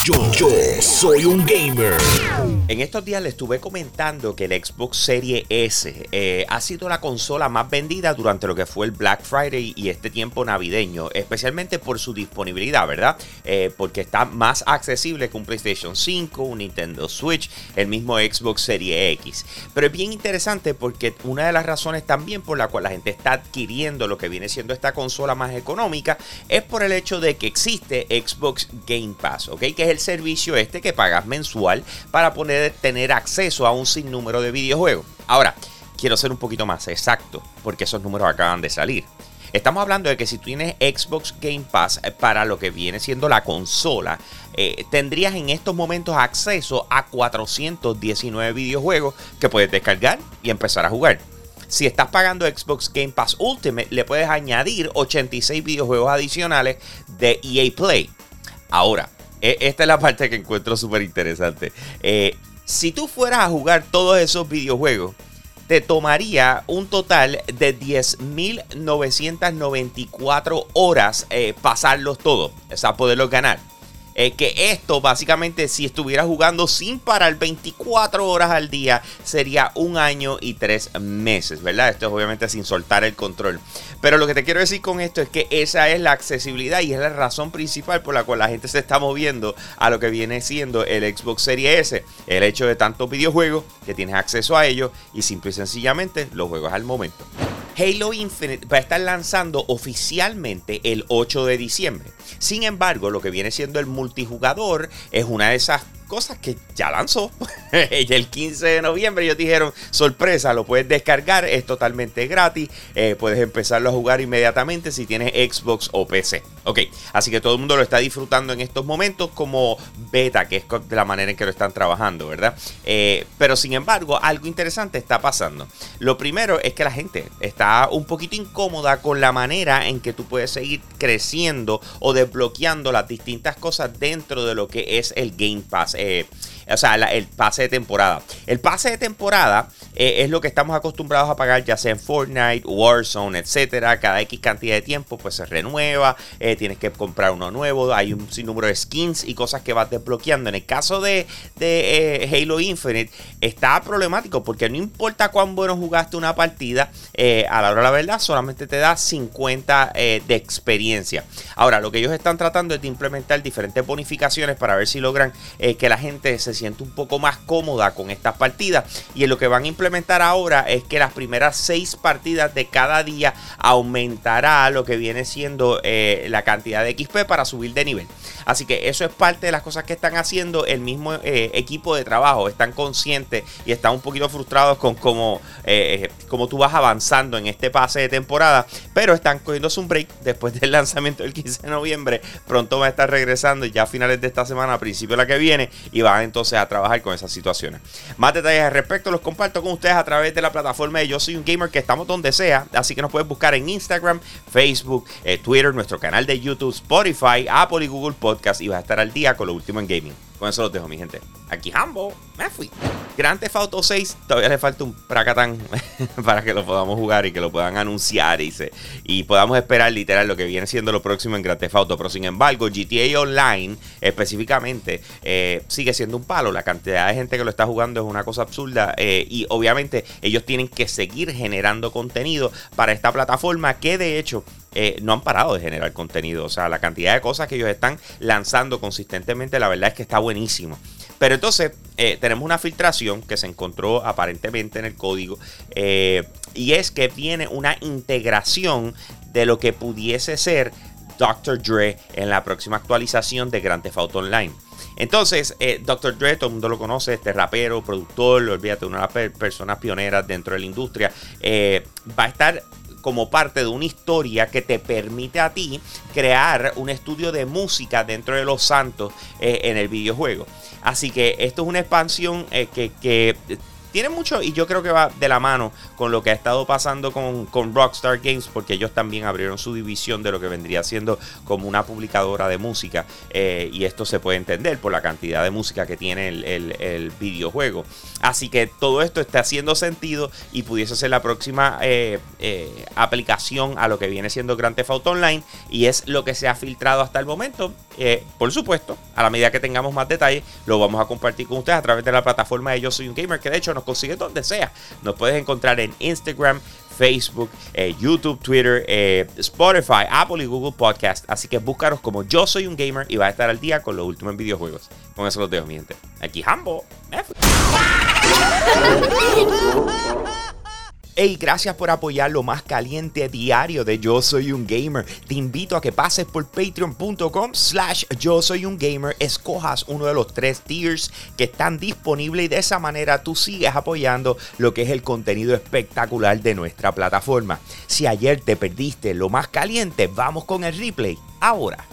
Yo soy un gamer. En estos días les estuve comentando que el Xbox Series S ha sido la consola más vendida durante lo que fue el Black Friday y este tiempo navideño, especialmente por su disponibilidad, ¿verdad? Porque está más accesible que un PlayStation 5, un Nintendo Switch, el mismo Xbox Series X. Pero es bien interesante porque una de las razones también por la cual la gente está adquiriendo lo que viene siendo esta consola más económica es por el hecho de que existe Xbox Game Pass, ¿ok? Que es el servicio que pagas mensual para poder tener acceso a un sinnúmero de videojuegos. Ahora, quiero ser un poquito más exacto porque esos números acaban de salir. Estamos hablando de que si tú tienes Xbox Game Pass para lo que viene siendo la consola, tendrías en estos momentos acceso a 419 videojuegos que puedes descargar y empezar a jugar. Si estás pagando Xbox Game Pass Ultimate, le puedes añadir 86 videojuegos adicionales de EA Play. Ahora, esta es la parte que encuentro súper interesante. Si tú fueras a jugar todos esos videojuegos, te tomaría un total de 10.994 horas pasarlos todos, o sea, poderlos ganar. Que esto básicamente, si estuvieras jugando sin parar 24 horas al día, sería 1 año y 3 meses, ¿verdad? Esto es obviamente sin soltar el control. Pero lo que te quiero decir con esto es que esa es la accesibilidad y es la razón principal por la cual la gente se está moviendo a lo que viene siendo el Xbox Series S. El hecho de tantos videojuegos que tienes acceso a ellos y simple y sencillamente los juegos al momento. Halo Infinite va a estar lanzando oficialmente el 8 de diciembre. Sin embargo, lo que viene siendo el multijugador es una de esas cosas que ya lanzó. El 15 de noviembre ellos dijeron, sorpresa, lo puedes descargar, es totalmente gratis, puedes empezarlo a jugar inmediatamente si tienes Xbox o PC. Ok, así que todo el mundo lo está disfrutando en estos momentos como beta, que es de la manera en que lo están trabajando, ¿verdad? Pero sin embargo, algo interesante está pasando. Lo primero es que la gente está un poquito incómoda con la manera en que tú puedes seguir creciendo o desbloqueando las distintas cosas dentro de lo que es el Game Pass. O sea, el pase de temporada. El pase de temporada es lo que estamos acostumbrados a pagar, ya sea en Fortnite, Warzone, etcétera. Cada X cantidad de tiempo pues se renueva, tienes que comprar uno nuevo, hay un sinnúmero de skins y cosas que vas desbloqueando. En el caso de Halo Infinite está problemático porque no importa cuán bueno jugaste una partida, a la hora de la verdad solamente te da 50 de experiencia. Ahora, lo que ellos están tratando es de implementar diferentes bonificaciones para ver si logran que la gente se siente un poco más cómoda con estas partidas, y en lo que van a implementar ahora es que las primeras 6 partidas de cada día aumentará lo que viene siendo la cantidad de XP para subir de nivel. Así que eso es parte de las cosas que están haciendo el mismo equipo de trabajo. Están conscientes y están un poquito frustrados con cómo tú vas avanzando en este pase de temporada, pero están cogiéndose un break después del lanzamiento del 15 de noviembre. Pronto va a estar regresando ya a finales de esta semana, a principio de la que viene, y van entonces a trabajar con esas situaciones. Más detalles al respecto los comparto con ustedes a través de la plataforma de Yo Soy Un Gamer, que estamos donde sea, así que nos puedes buscar en Instagram, Facebook, Twitter, nuestro canal de YouTube, Spotify, Apple y Google Podcast, y vas a estar al día con lo último en gaming. Con eso los dejo, mi gente. Aquí Hambo, me fui. Grand Theft Auto 6 todavía le falta un pracatán para que lo podamos jugar y que lo puedan anunciar y podamos esperar literal lo que viene siendo lo próximo en Grand Theft Auto. Pero sin embargo, GTA Online específicamente sigue siendo un palo. La cantidad de gente que lo está jugando es una cosa absurda, y obviamente ellos tienen que seguir generando contenido para esta plataforma que de hecho no han parado de generar contenido. O sea, la cantidad de cosas que ellos están lanzando consistentemente, la verdad es que está buenísimo. Pero entonces tenemos una filtración que se encontró aparentemente en el código, y es que viene una integración de lo que pudiese ser Dr. Dre en la próxima actualización de Grand Theft Auto Online. Entonces, Dr. Dre, todo el mundo lo conoce, este rapero, productor, olvídate, una de las personas pioneras dentro de la industria, va a estar como parte de una historia que te permite a ti crear un estudio de música dentro de Los Santos en el videojuego. Así que esto es una expansión que tiene mucho, y yo creo que va de la mano con lo que ha estado pasando con Rockstar Games, porque ellos también abrieron su división de lo que vendría siendo como una publicadora de música, y esto se puede entender por la cantidad de música que tiene el videojuego. Así que todo esto está haciendo sentido y pudiese ser la próxima aplicación a lo que viene siendo Grand Theft Auto Online, y es lo que se ha filtrado hasta el momento. Por supuesto, a la medida que tengamos más detalles, lo vamos a compartir con ustedes a través de la plataforma de Yo Soy Un Gamer, que de hecho nos consigue donde sea. Nos puedes encontrar en Instagram, Facebook, YouTube, Twitter, Spotify, Apple y Google Podcast. Así que búscanos como Yo Soy Un Gamer y vas a estar al día con lo último en videojuegos. Con eso los dejo, mi gente. Aquí Hambo. Hey, gracias por apoyar lo más caliente diario de Yo Soy Un Gamer. Te invito a que pases por patreon.com/Yo Soy Un Gamer. Escojas uno de los 3 tiers que están disponibles y de esa manera tú sigues apoyando lo que es el contenido espectacular de nuestra plataforma. Si ayer te perdiste lo más caliente, vamos con el replay ahora.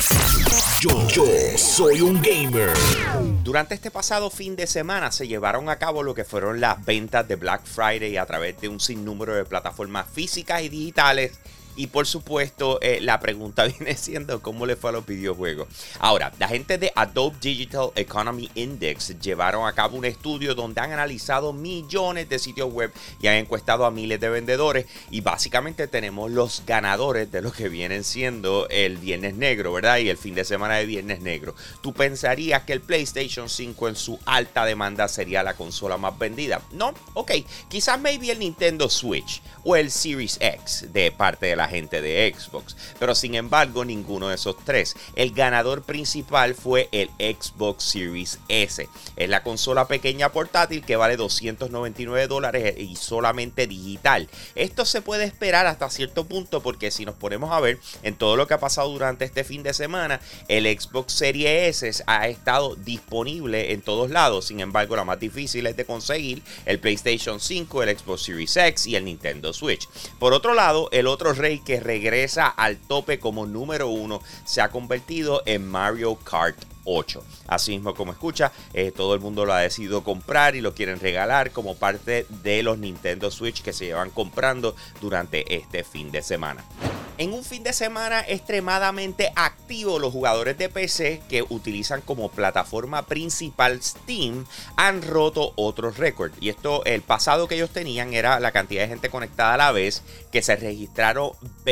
Yo soy un gamer. Durante este pasado fin de semana se llevaron a cabo lo que fueron las ventas de Black Friday a través de un sinnúmero de plataformas físicas y digitales. Y por supuesto, la pregunta viene siendo ¿cómo le fue a los videojuegos? Ahora, la gente de Adobe Digital Economy Index llevaron a cabo un estudio donde han analizado millones de sitios web y han encuestado a miles de vendedores. Y básicamente tenemos los ganadores de lo que vienen siendo el Viernes Negro, ¿verdad? Y el fin de semana de Viernes Negro. Tú pensarías que el PlayStation 5 en su alta demanda sería la consola más vendida. No, ok. Quizás maybe el Nintendo Switch o el Series X de parte de la gente de Xbox, pero sin embargo ninguno de esos 3. El ganador principal fue el Xbox Series S. Es la consola pequeña portátil que vale $299 y solamente digital. Esto se puede esperar hasta cierto punto, porque si nos ponemos a ver en todo lo que ha pasado durante este fin de semana, el Xbox Series S ha estado disponible en todos lados. Sin embargo, la más difícil es de conseguir el PlayStation 5, el Xbox Series X y el Nintendo Switch. Por otro lado, el otro rey que regresa al tope como número 1 se ha convertido en Mario Kart 8. Así mismo como escucha, todo el mundo lo ha decidido comprar y lo quieren regalar como parte de los Nintendo Switch que se llevan comprando durante este fin de semana. En un fin de semana extremadamente activo, los jugadores de PC que utilizan como plataforma principal Steam han roto otro récord. Y esto, el pasado que ellos tenían era la cantidad de gente conectada a la vez, que se registraron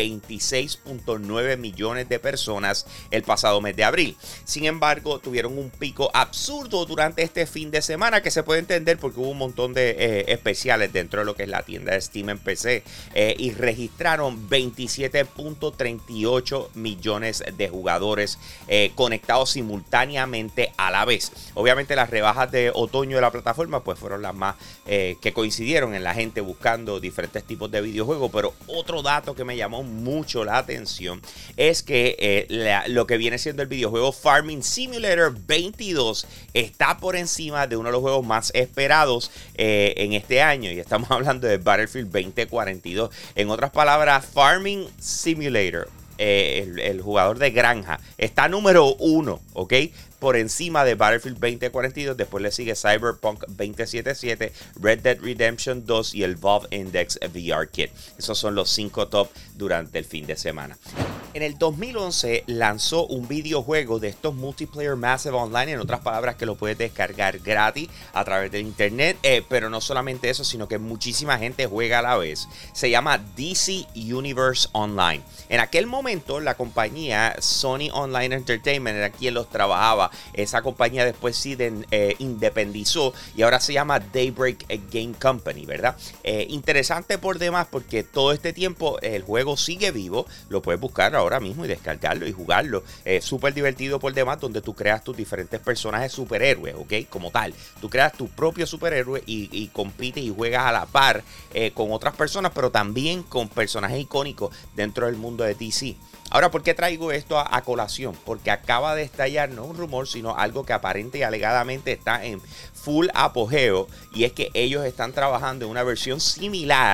26.9 millones de personas el pasado mes de abril. Sin embargo, tuvieron un pico absurdo durante este fin de semana, que se puede entender porque hubo un montón de especiales dentro de lo que es la tienda de Steam en PC, y registraron 27.38 millones de jugadores conectados simultáneamente a la vez. Obviamente las rebajas de otoño de la plataforma pues fueron las más que coincidieron en la gente buscando diferentes tipos de videojuegos. Pero otro dato que me llamó mucho la atención es que lo que viene siendo el videojuego Farming Simulator 22 está por encima de uno de los juegos más esperados en este año, y estamos hablando de Battlefield 2042. En otras palabras, Farming Simulator, el jugador de granja, está número 1, ¿ok? Por encima de Battlefield 2042. Después le sigue Cyberpunk 2077, Red Dead Redemption 2 y el Valve Index VR Kit. Esos son los 5 top durante el fin de semana. En el 2011 lanzó un videojuego de estos multiplayer massive online, en otras palabras que lo puedes descargar gratis a través del internet, pero no solamente eso, sino que muchísima gente juega a la vez. Se llama DC Universe Online. En aquel momento la compañía Sony Online Entertainment era quien los trabajaba. Esa compañía después sí independizó y ahora se llama Daybreak Game Company, ¿verdad? Interesante por demás, porque todo este tiempo el juego sigue vivo. Lo puedes buscar ahora mismo y descargarlo y jugarlo. Súper divertido por demás, donde tú creas tus diferentes personajes superhéroes, ¿ok? Como tal, tú creas tu propio superhéroe y compites y juegas a la par con otras personas, pero también con personajes icónicos dentro del mundo de DC. Ahora, ¿por qué traigo esto a colación? Porque acaba de estallar, no un rumor, sino algo que aparente y alegadamente está en full apogeo, y es que ellos están trabajando en una versión similar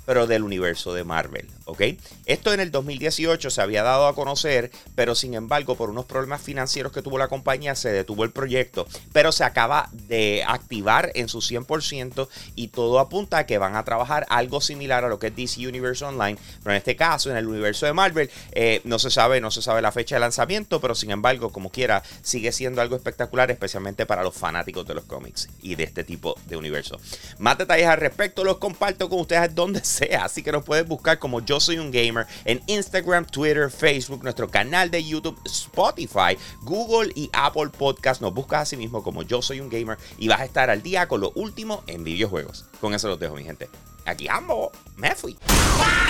pero del universo de Marvel, ¿ok? Esto en el 2018 se había dado a conocer, pero sin embargo, por unos problemas financieros que tuvo la compañía, se detuvo el proyecto, pero se acaba de activar en su 100% y todo apunta a que van a trabajar algo similar a lo que es DC Universe Online, pero en este caso, en el universo de Marvel, no se sabe la fecha de lanzamiento, pero sin embargo, como quiera, sigue siendo algo espectacular, especialmente para los fanáticos de los cómics y de este tipo de universo. Más detalles al respecto los comparto con ustedes donde sea, así que nos puedes buscar como Yo Soy un Gamer en Instagram, Twitter, Facebook, nuestro canal de YouTube, Spotify, Google y Apple Podcast. Nos buscas así mismo como Yo Soy un Gamer y vas a estar al día con lo último en videojuegos. Con eso los dejo, mi gente. Aquí amo, me fui.